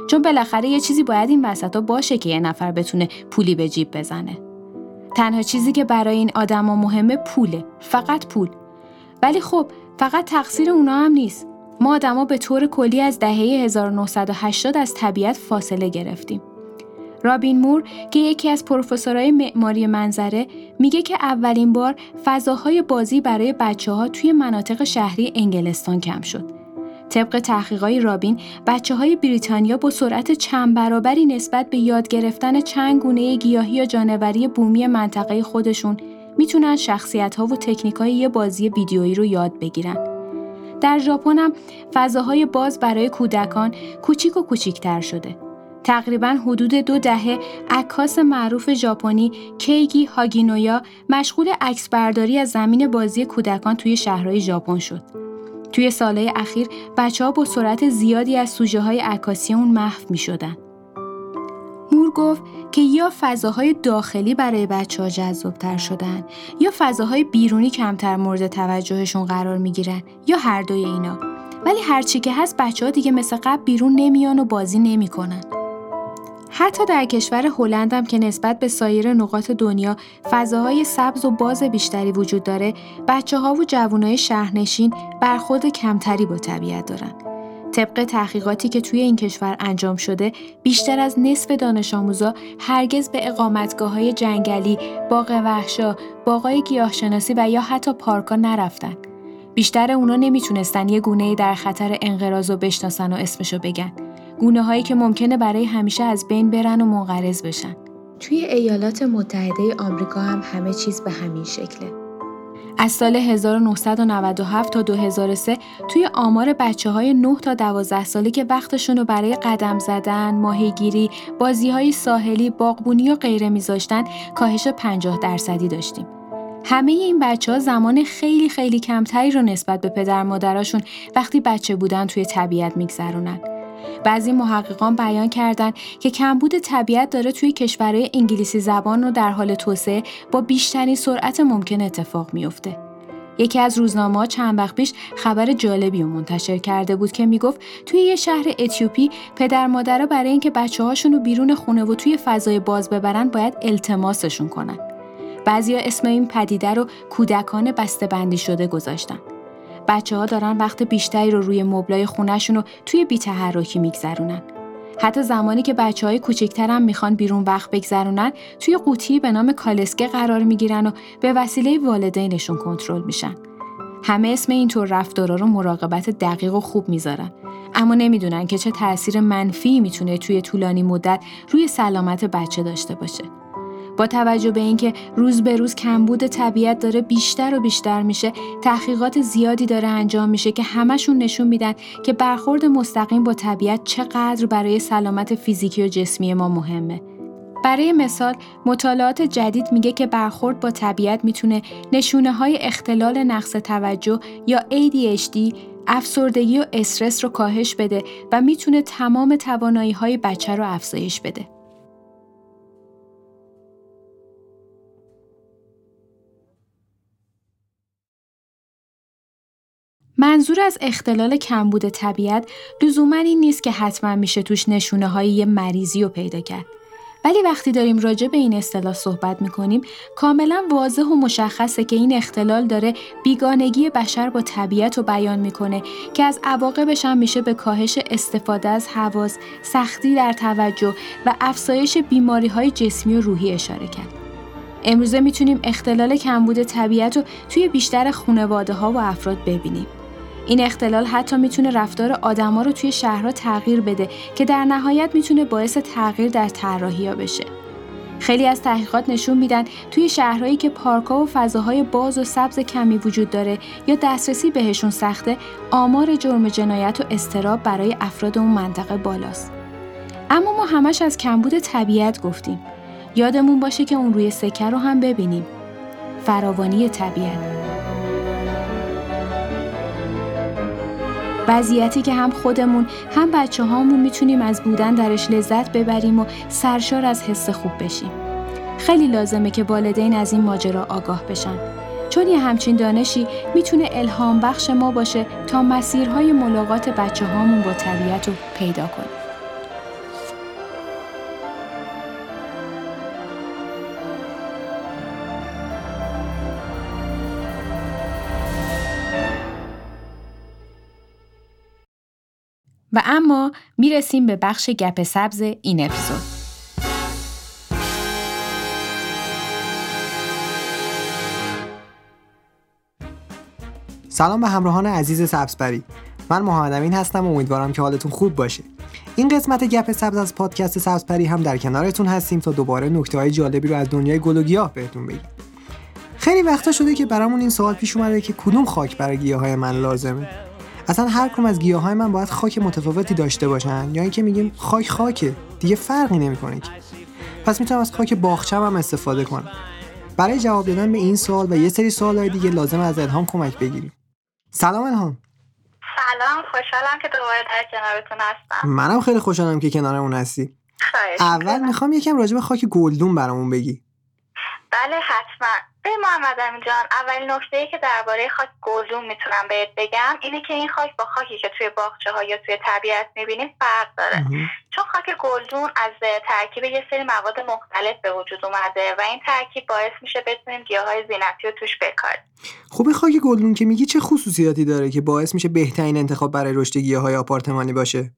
چون بالاخره یه چیزی باید این وسطا باشه که یه نفر بتونه پولی به جیب بزنه. تنها چیزی که برای این آدما مهمه پوله، فقط پول. ولی خب فقط تقصیر اونا هم نیست. ما آدما به طور کلی از دهه هزار و نهصد و هشتاد از طبیعت فاصله گرفتیم. رابین مور که یکی از پروفسورهای معماری منظره میگه که اولین بار فضاهای بازی برای بچه‌ها توی مناطق شهری انگلستان کم شد. طبق تحقیقات رابین، بچه‌های بریتانیا با سرعت چند برابری نسبت به یاد گرفتن چند گونه گیاهی یا جانوری بومی منطقه خودشون میتونن شخصیت‌ها و تکنیک‌های یه بازی ویدیویی رو یاد بگیرن. در ژاپن هم فضاهای باز برای کودکان کوچیک و کوچیک‌تر شده. تقریباً حدود دو دهه عکاس معروف ژاپنی کیگی هاگینویا مشغول عکسبرداری از زمین بازی کودکان توی شهرهای ژاپن شد. توی سالهای اخیر بچه‌ها با سرعت زیادی از سوژه‌های عکاسی اون محو می‌شدن. مور گفت که یا فضاهای داخلی برای بچه‌ها جذاب‌تر شدن یا فضاهای بیرونی کمتر مورد توجهشون قرار می‌گیرن یا هر دوی اینا. ولی هرچی که هست بچه‌ها دیگه مثل قبل بیرون نمیان و بازی نمی‌کنن. حتی در کشور هلند هم که نسبت به سایر نقاط دنیا فضاهای سبز و باز بیشتری وجود داره، بچه‌ها و جوانای شهرنشین برخورد کمتری با طبیعت دارن. طبق تحقیقاتی که توی این کشور انجام شده، بیشتر از نصف دانش آموزا هرگز به اقامتگاه‌های جنگلی، باغ وحشا، باغ‌های گیاهشناسی و یا حتی پارک‌ها نرفتن. بیشتر اونا نمیتونستن یه گونه‌ای در خطر انقراض رو بشناسن و اسمشو بگن. گونه‌هایی که ممکنه برای همیشه از بین برن و منقرض بشن. توی ایالات متحده آمریکا هم همه چیز به همین شکله. از سال هزار و نهصد و نود و هفت تا دو هزار و سه توی آمار بچه‌های نه تا دوازده ساله که وقتشون رو برای قدم زدن، ماهیگیری، بازی‌های ساحلی، باغبونی و غیره می‌ذاشتن، کاهش پنجاه درصدی داشتیم. همه این بچه‌ها زمان خیلی خیلی کمتری رو نسبت به پدر مادراشون وقتی بچه بودن توی طبیعت می‌گذرونن. بعضی محققان بیان کردن که کمبود طبیعت داره توی کشورهای انگلیسی زبان رو در حال توسعه با بیشترین سرعت ممکن اتفاق میفته. یکی از روزنامه‌ها چند وقت پیش خبر جالبی رو منتشر کرده بود که میگفت توی یه شهر اتیوپی پدر مادرها برای اینکه بچه‌هاشون رو بیرون خونه و توی فضای باز ببرن باید التماسشون کنن. بعضیا اسم این پدیده رو کودکان بسته‌بندی شده گذاشتن. بچه‌ها دارن وقت بیشتری رو روی مبلای خونه‌شون رو توی بی‌تحرکی میگذرونن. حتی زمانی که بچه‌های کوچیک‌تر هم میخوان بیرون وقت بگذرونن، توی قوطی به نام کالسکه قرار میگیرن و به وسیله والدینشون کنترل میشن. همه اسم اینطور رفتارا رو مراقبت دقیق و خوب میذارن، اما نمیدونن که چه تأثیر منفی میتونه توی طولانی مدت روی سلامت بچه داشته باشه. با توجه به اینکه روز به روز کمبود طبیعت داره بیشتر و بیشتر میشه، تحقیقات زیادی داره انجام میشه که همشون نشون میدن که برخورد مستقیم با طبیعت چقدر برای سلامت فیزیکی و جسمی ما مهمه. برای مثال، مطالعات جدید میگه که برخورد با طبیعت میتونه نشونه‌های اختلال نقص توجه یا ای دی اچ دی، افسردگی و استرس رو کاهش بده و میتونه تمام توانایی‌های بچه رو افزایش بده. منظور از اختلال کمبود طبیعت لزوماً این نیست که حتما میشه توش نشونه‌های یه مریضی رو پیدا کرد. ولی وقتی داریم راجع به این اصطلاح صحبت میکنیم، کاملا واضح و مشخصه که این اختلال داره بیگانگی بشر با طبیعت رو بیان میکنه که از عواقبش هم میشه به کاهش استفاده از حواس، سختی در توجه و افزایش بیماری‌های جسمی و روحی اشاره کرد. امروزه میتونیم اختلال کمبود طبیعت رو توی بیشتر خانواده‌ها و افراد ببینیم. این اختلال حتی میتونه رفتار آدما رو توی شهرها تغییر بده که در نهایت میتونه باعث تغییر در طراحی‌ها بشه. خیلی از تحقیقات نشون میدن توی شهرهایی که پارک‌ها و فضاهای باز و سبز کمی وجود داره یا دسترسی بهشون سخته، آمار جرم جنایت و اضطراب برای افراد اون منطقه بالاست. اما ما همش از کمبود طبیعت گفتیم. یادمون باشه که اون روی سکه رو هم ببینیم. فراوانی طبیعت. وضعیتی که هم خودمون هم بچه هامون میتونیم از بودن درش لذت ببریم و سرشار از حس خوب بشیم. خیلی لازمه که والدین از این ماجرا آگاه بشن، چون یه همچین دانشی میتونه الهام بخش ما باشه تا مسیرهای ملاقات بچه هامون با طبیعت رو پیدا کنیم. و اما میرسیم به بخش گپ سبز این اپیزود.
سلام به همراهان عزیز سبزپری. من محمد امین هستم و امیدوارم که حالتون خوب باشه. این قسمت گپ سبز از پادکست سبزپری هم در کنارتون هستیم تا دوباره نکته‌های جالبی رو از دنیای گل و گیاه بهتون بگیم. خیلی وقتا شده که برامون این سوال پیش اومده که کدوم خاک برای گیاهای من لازمه. اصلا هر کدوم از گیاهای من باید خاک متفاوتی داشته باشن یا اینکه میگیم خاک خاکه، دیگه فرقی نمیکنه که. پس میتونم از خاک باغچه‌م هم استفاده کنم. برای جواب دادن به این سوال و یه سری سوالای دیگه لازم از الهام کمک بگیریم. سلام الهام.
سلام، خوشحالم که دوباره در کنارتون هستم.
منم خیلی خوشحالم که کنارمون هستی. اول میخوام یکم راجع به خاک گلدون برامون بگی.
بله حتما. به محمد امین جان، اولین نکته‌ای که درباره خاک گلدون میتونم بهت بگم اینه که این خاک با خاکی که توی باغچه‌ها یا توی طبیعت می‌بینیم فرق داره. چون خاک گلدون از ترکیب یه سری مواد مختلف به وجود اومده و این ترکیب باعث میشه بتونیم گیاهای زینتی رو توش بکاریم.
خب این خاک گلدون که میگی چه خصوصیاتی داره که باعث میشه بهترین انتخاب برای رشد گیاهای آپارتمانی باشه؟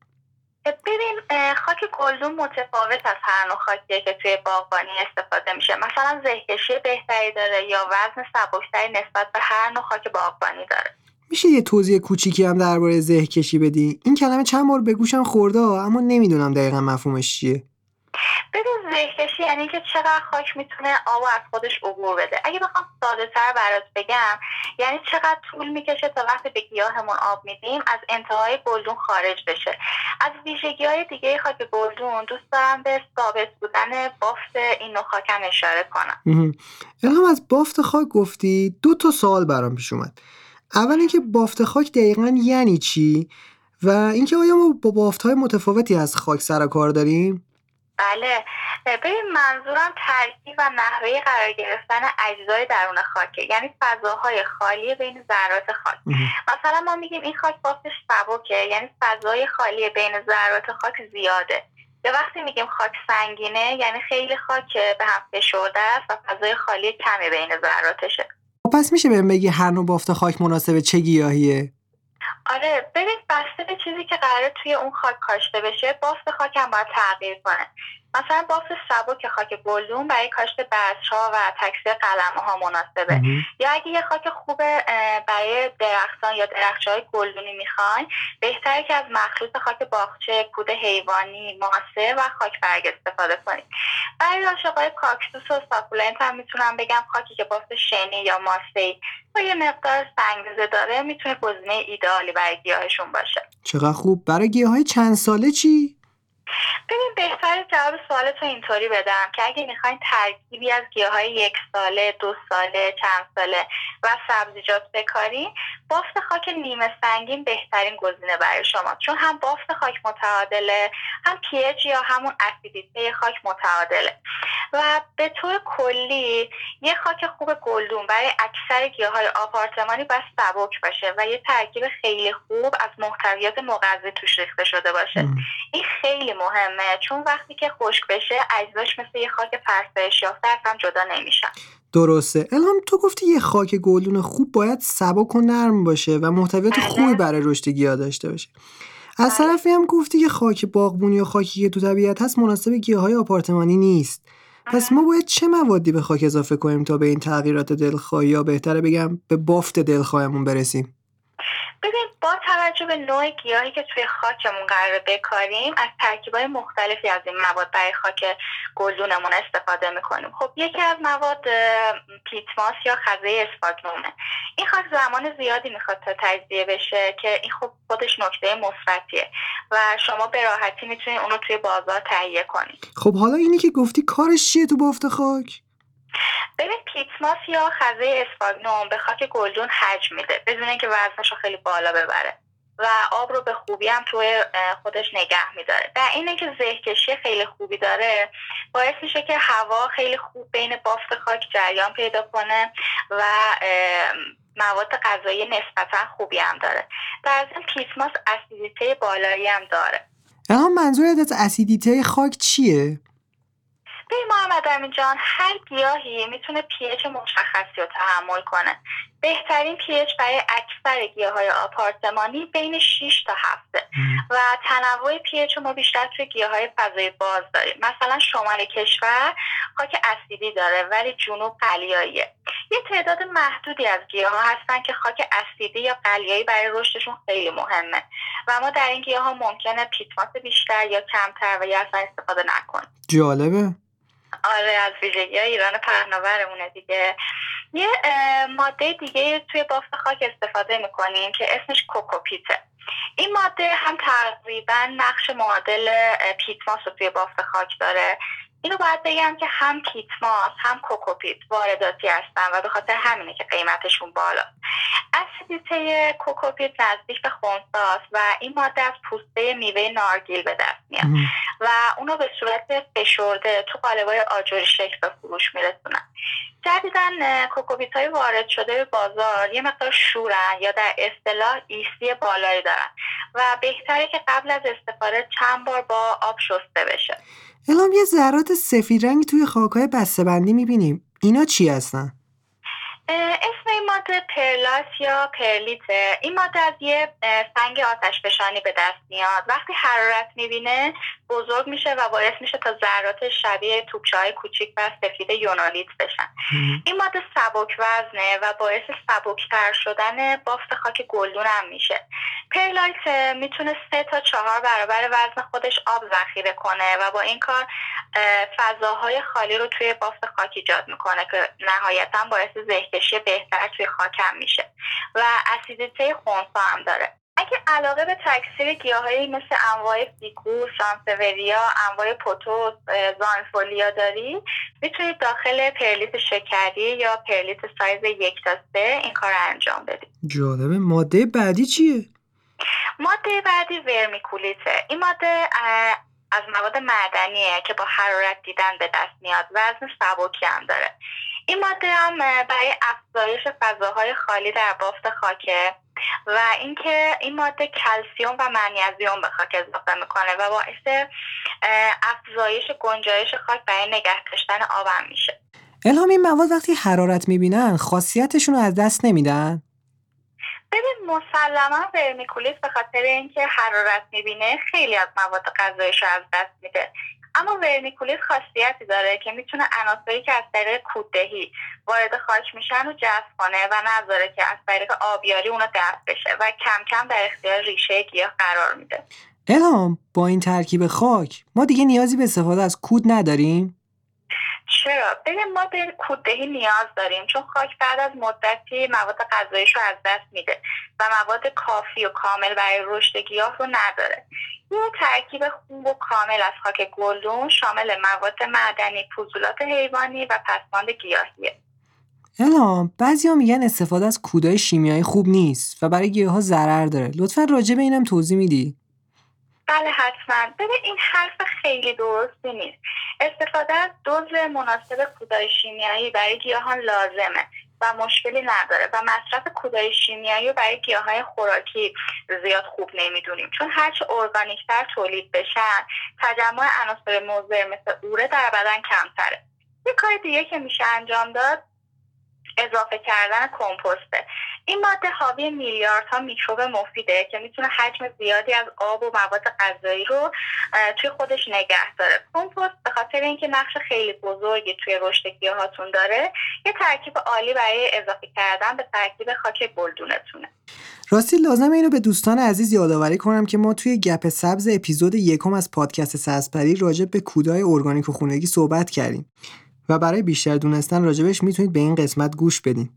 ببین، خاک گلدون متفاوت از هر نوع خاکیه که توی باغبانی استفاده میشه. مثلا زهکشی بهتری داره یا وزن سبکتری نسبت به هر نوع خاک باغبانی داره.
میشه یه توضیح کوچیکی هم درباره زهکشی بدی؟ این کلمه چند بار به گوشم خورده اما نمیدونم دقیقاً مفهومش چیه.
ببین، زهکشی یعنی که چقدر خاک میتونه آب از خودش عبور بده. اگه بخوام ساده تر برات بگم، یعنی چقدر طول میکشه تا وقتی به گیاهمون آب میدیم از انتهای گلدون خارج بشه. از ویژگی‌های دیگه خاک گلدون دوست دارم به ثابت بودن بافت این نوع خاکم اشاره کنم.
الهام، از بافت خاک گفتی، دو تا سوال برام پیش اومد. اول اینکه بافت خاک دقیقاً یعنی چی و اینکه آیا ما با بافت‌های متفاوتی از خاک سر و کار داریم؟
بله، ببین منظورم ترکیب و نحوه قرار گرفتن اجزای درون خاکه، یعنی فضاهای خالی بین ذرات خاک. مثلا ما میگیم این خاک بافتش سبکه، یعنی فضای خالی بین ذرات خاک زیاده. یا وقتی میگیم خاک سنگینه، یعنی خیلی خاک به هم فشرده است و فضای خالی کمی بین ذراتشه.
پس میشه بهم بگی هر نوع بافت خاک مناسب چه گیاهیه؟
آره، ببین بسته به چیزی که قراره توی اون خاک کاشته بشه، بافت خاک هم باید تغییر کنه. مثلا بافت سبک خاک گلدون برای کاشت بذرها و تکثیر قلمه‌ها مناسبه. اه. یا اگه یه خاک خوبه برای درختان یا درخت‌های گلدونی میخواین، بهتره که از مخلوط خاک باغچه، کود حیوانی، ماسه و خاک برگ استفاده کنید. برای عاشقای کاکتوس و ساکولنت هم میتونم بگم خاکی که بافت شنی یا ماسه‌ای با یه مقدار سنگریزه داره میتونه گزینه ایدئالی برای گیاهشون باشه.
چقدر خوب. برای گیاهای چند ساله چی؟
ببین، بهتره جواب سوالتو اینطوری بدم که اگه میخواین ترکیبی از گیاهای یک ساله، دو ساله، چند ساله و سبزیجات بکارین، بافت خاک نیمه سنگین بهترین گزینه برای شما، چون هم بافت خاک متعادله، هم پی اچ یا همون اسیدیته خاک متعادله. و به طور کلی یه خاک خوب گلدون برای اکثر گیاهای آپارتمانی باید سبک باشه و یه ترکیب خیلی خوب از محتویات مغذی توش ریخته شده باشه. ام. این خیلی مهمه، چون وقتی که خشک بشه اجزاش مثل یه خاک فرسایش یافته هم جدا نمیشن.
درسته. الهام، تو گفتی یه خاک گلدون خوب باید سبک و نرم باشه و محتویات خوبی برای رشد گیاه داشته باشه. از طرفی هم گفتی که خاک باغبونی یا خاکی که تو طبیعت هست مناسب گیاهای آپارتمانی نیست. پس ما باید چه موادی به خاک اضافه کنیم تا به این تغییرات دلخواه یا بهتره بگم به بافت دلخواهمون برسیم؟
ببین، با توجه به نوع گیاهی که توی خاکمون قراره بکاریم، از ترکیبای مختلفی از این مواد برای خاک گلدونمون استفاده میکنیم. خب یکی از مواد پیتماس یا خزه اسفاگنومه. این خاک زمان زیادی میخواد تا تجزیه بشه که این خب خودش نکته مثبتیه و شما به راحتی میتونید اونو توی بازار تهیه کنید.
خب حالا اینی که گفتی کارش چیه تو بافت خاک؟
ببین، پیتماس یا خزه اسفاگنوم به خاک گلدون حجم میده بدون اینکه وزنش رو خیلی بالا ببره و آب رو به خوبی هم توی خودش نگه میداره. در اینه که زهکشی خیلی خوبی داره باعث میشه که هوا خیلی خوب بین بافت خاک جریان پیدا کنه و مواد غذایی نسبتا خوبی هم داره. در ضمن پیتماس اسیدیته بالایی هم داره.
الان منظورت از اسیدیته خاک چیه؟
ببین محمد امین جان، هر گیاهی میتونه پی‌اچ مشخصی رو تحمل کنه. بهترین پی‌اچ برای اکثر گیاهای آپارتمانی بین شش تا هفت و تنوع پی‌اچ ما بیشتر توی گیاهای فضای باز داریم. مثلا شمال کشور خاک اسیدی داره ولی جنوب قلیاییه. یه تعداد محدودی از گیاها هستن که خاک اسیدی یا قلیایی برای رشدشون خیلی مهمه و ما در این گیاها ممکنه پیتماس بیشتر یا کمتر و یا اصلا استفاده نکنیم.
جالبه.
آره، از ویژگی‌های ایران پهناورمونه دیگه. یه ماده دیگه توی بافت خاک استفاده میکنیم که اسمش کوکوپیته. این ماده هم تقریبا نقش معادل پیتماس رو توی بافت خاک داره. اینو باید بگم که هم پیتماس هم کوکوپیت وارداتی هستن و به خاطر همینه که قیمتشون بالاست. اسیدیته کوکوپیت نزدیک به خنثی‌است و این ماده از پوسته میوه نارگیل به دست میاد و اونو به صورت فشرده تو قالب‌های آجوری شکل به فروش میرسونن. جدیداً کوکوپیت‌های وارد شده به بازار یه مقدار شورن یا در اصطلاح ایسی بالایی دارن و بهتره که قبل از استفاده چند بار با آب شسته بشه.
الان یه ذرات سفید رنگی توی خاک‌های بسته‌بندی می‌بینیم. اینا چی هستن؟
اسم این ماده پرلاس یا پرلیته. این ماده از یه سنگ آتشفشانی به دست میاد. وقتی حرارت میبینه بزرگ میشه و باعث میشه تا ذرات شبیه توپچه‌های کوچیک و سفید یونالیت بشن. این ماده سبک وزنه و باعث سبکتر شدن بافت خاک گلدون هم میشه. پرلایت میتونه سه تا چهار برابر وزن خودش آب ذخیره کنه و با این کار فضاهای خالی رو توی بافت خاک ایجاد میکنه که نهایتاً باعث زهکشی بهتر توی خاک هم میشه و اسیدیته خنثی هم داره. اگه علاقه به تکثیر گیاهایی مثل انواع فیکو، سانسوریا، انواع پوتوس، زانفولیا داری، میتونید داخل پرلیت شکری یا پرلیت سایز یک تا سه این کار رو انجام بدید.
جالبه. ماده بعدی چیه؟
ماده بعدی ورمیکولیته. این ماده از مواد معدنیه که با حرارت دیدن به دست میاد. وزن سبکی هم داره. این ماده هم برای افزایش فضاهای خالی در بافت خاکه و اینکه این ماده کلسیوم و منیزیم به خاک اضافه میکنه و باعث افزایش گنجایش خاک برای نگه داشتن آب هم میشه.
الهام، این مواد وقتی حرارت میبینن خاصیتشون رو از دست نمیدن؟
ببین مسلما ورمیکولیت به خاطر اینکه حرارت میبینه خیلی از مواد غذاییش رو از دست میده، اما ورمیکولیت خاصیتی داره که میتونه عناصری که از طریق کوددهی وارد خاک میشن رو جذب کنه و نذاره که از طریق آبیاری اونو دفع بشه و کم کم در اختیار ریشه گیاه قرار میده.
الهام، با این ترکیب خاک ما دیگه نیازی به استفاده از کود نداریم؟
چرا؟ ببین ما به کوددهی نیاز داریم چون خاک بعد از مدتی مواد غذاییش رو از دست میده و مواد کافی و کامل برای رشد گیاه رو نداره. یه ترکیب خوب و کامل از خاک گلدون شامل مواد معدنی، فضولات حیوانی و پسماند گیاهیه.
الهام، بعضیا میگن استفاده از کودهای شیمیایی خوب نیست و برای گیاها ضرر داره. لطفاً راجع به اینم توضیح میدی؟
بله حتما. ببین این حرف خیلی درستی نیست. استفاده از دوز مناسب کودهای شیمیایی برای گیاهان لازمه و مشکلی نداره و مصرف کودهای شیمیایی رو برای گیاهای خوراکی زیاد خوب نمیدونیم چون هرچه ارگانیکتر تولید بشن تجمع عناصر مضر مثل اوره در بدن کمتره. یه کار دیگه که میشه انجام داد اضافه کردن کمپوسته. این ماده حاوی میلیاردها میکروب مفیده که میتونه حجم زیادی از آب و مواد غذایی رو توی خودش نگه داره. کمپوست به خاطر اینکه نقش خیلی بزرگی توی رشد گیاهاتون داره یه ترکیب عالی برای اضافه کردن به ترکیب خاک گلدونتونه.
راستی لازمه اینو به دوستان عزیز یادآوری کنم که ما توی گپ سبز اپیزود یکم از پادکست سبزپری راجع به کودهای ارگانیک و خونگی صحبت کردیم و برای بیشتر دونستن راجبش میتونید به این قسمت گوش بدین.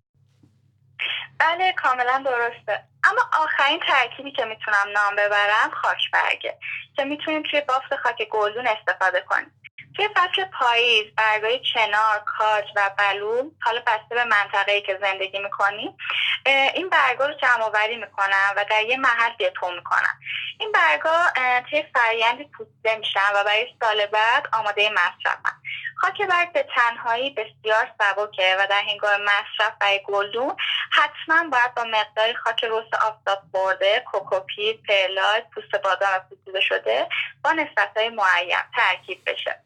بله کاملا درسته. اما آخرین ترکیبی که میتونم نام ببرم خاکبرگه که میتونیم توی بافت خاک گلدون استفاده کنیم. توی فصل پاییز برگای چنار، کاج و بلول، حالا بسته به منطقه‌ای که زندگی میکنیم، این برگا رو جمع آوری میکنن و در یه محل دپو میکنن. این برگا توی فرآیندی پوسیده میشن و برای سال بعد آماده مصرفن. خاک برگ به تنهایی بسیار سبکه و در هنگام مصرف برای گلدون حتما باید با مقداری خاک رس آفتاب خورده، کوکوپیت، پرلایت، پوست بادام پوسیده شده با نسبت‌های معین ترکیب بشه.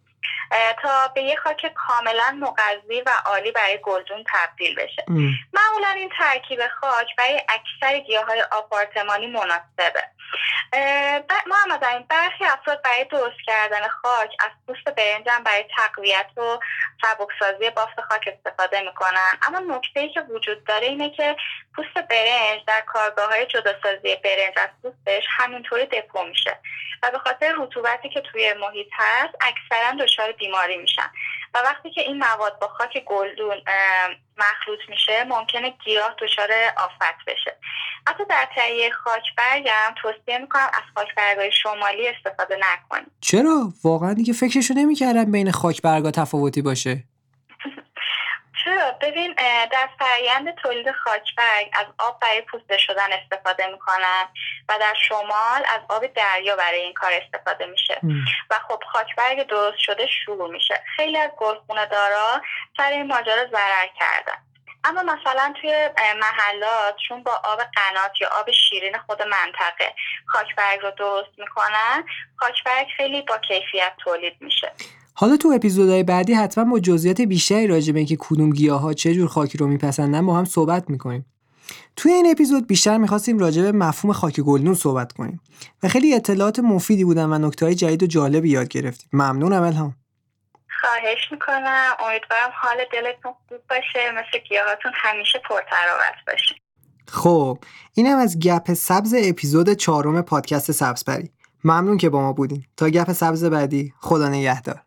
تا به یک خاک کاملا مغذی و عالی برای گلدون تبدیل بشه. ام. معمولا این ترکیب خاک برای اکثر گیاهای آپارتمانی مناسبه. محمد امین، برخی افراد برای درست کردن خاک از پوست برنج هم برای تقویت و سبکسازی بافت خاک استفاده میکنن، اما نکته‌ای که وجود داره اینه که پوست برنج در کارگاه‌های جداسازی برنج از پوستش همینطوری دپو میشه و به خاطر رطوبتی که توی محیط هست اکثرا دچار بیماری میشن و وقتی که این مواد با خاک گلدون مخلوط میشه ممکنه گیاه دچار آفت بشه. حتی در تهیه خاکبرگ هم توصیه میکنم از خاکبرگ‌های شمالی استفاده نکنید.
چرا؟ واقعا دیگه فکرشو نمی‌کردم بین خاکبرگ‌ها تفاوتی باشه.
چرا؟ ببین در فرآیند تولید خاکبرگ از آب برای پوسته شدن استفاده میکنن و در شمال از آب دریا برای این کار استفاده میشه ام. و خب خاکبرگ درست شده شور میشه. خیلی از گلخونه دارا سر این ماجرا ضرر کردن، اما مثلا توی محلات چون با آب قنات یا آب شیرین خود منطقه خاکبرگ رو درست میکنن، خاکبرگ خیلی با کیفیت تولید میشه.
حالا تو اپیزودهای بعدی حتما با جزئیات بیشتری راجع به اینکه کدوم گیاها چه جور خاکی رو میپسندن با هم صحبت میکنیم. توی این اپیزود بیشتر میخواستیم راجع به مفهوم خاک گلدون صحبت کنیم و خیلی اطلاعات مفیدی بودن و نکته‌های جدید و جالبی یاد گرفتیم. ممنونم الهام.
خواهش میکنم. امیدوارم حال دلتون خوب باشه، مثل گیاهاتون همیشه پرتراوت باشه.
خب اینم از گپ سبز اپیزود چهارم پادکست سبزپری. ممنون که با ما بودین. تا گپ سبز بعدی، خدا نگهدار.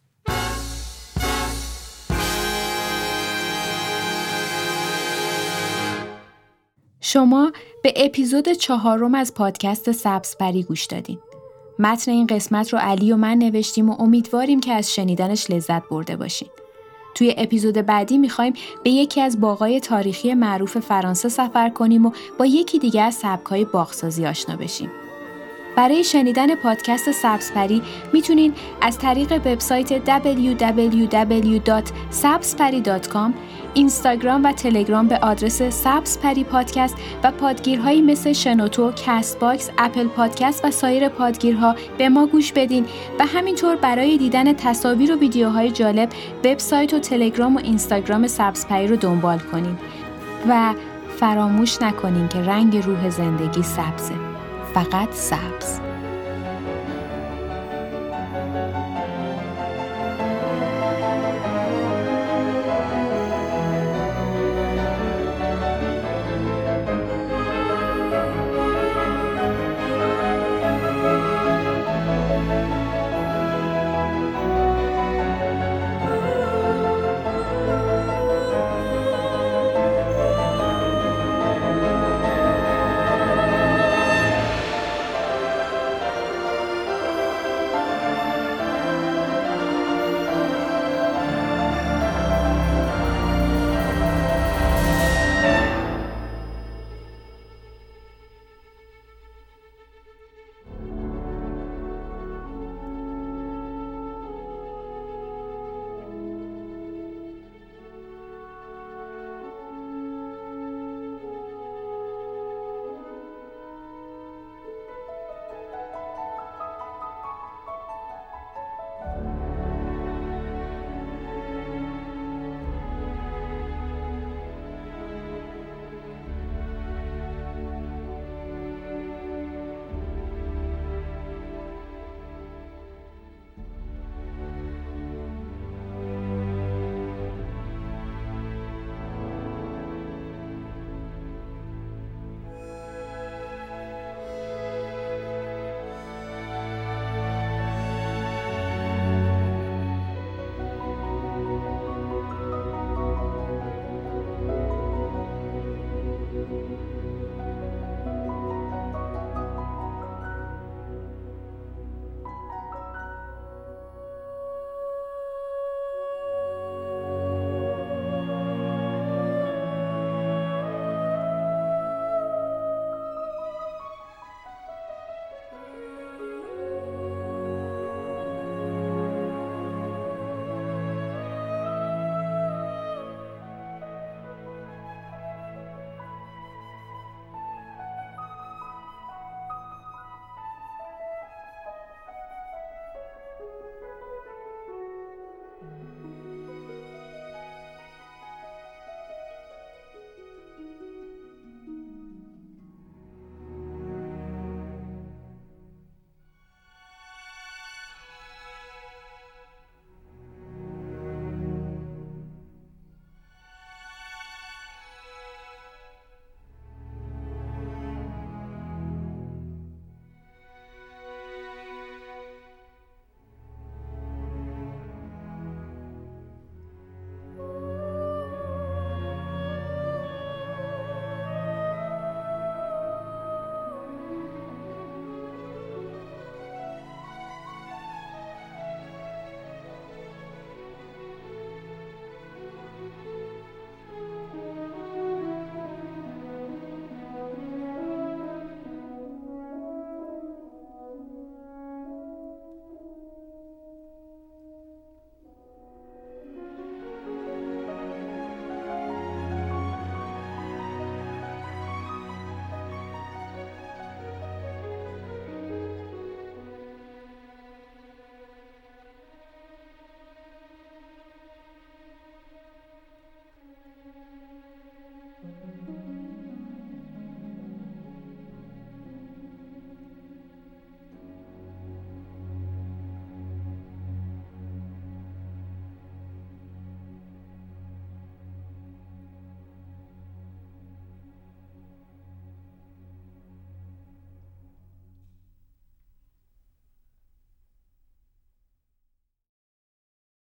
شما به اپیزود چهارم از پادکست سبزپری گوش دادین. متن این قسمت رو علی و من نوشتیم و امیدواریم که از شنیدنش لذت برده باشین. توی اپیزود بعدی میخوایم به یکی از باغ‌های تاریخی معروف فرانسه سفر کنیم و با یکی دیگه از سبک‌های باغ‌سازی آشنا بشیم. برای شنیدن پادکست سبزپری میتونین از طریق وبسایت دبلیو دبلیو دبلیو دات سبزپری دات کام، اینستاگرام و تلگرام به آدرس سبزپری پادکست و پادگیرهایی مثل شنوتو، کست باکس، اپل پادکست و سایر پادگیرها به ما گوش بدین و همینطور برای دیدن تصاویر و ویدیوهای جالب وبسایت و تلگرام و اینستاگرام سبزپری رو دنبال کنین و فراموش نکنین که رنگ روح زندگی سبزه. فقط سبز.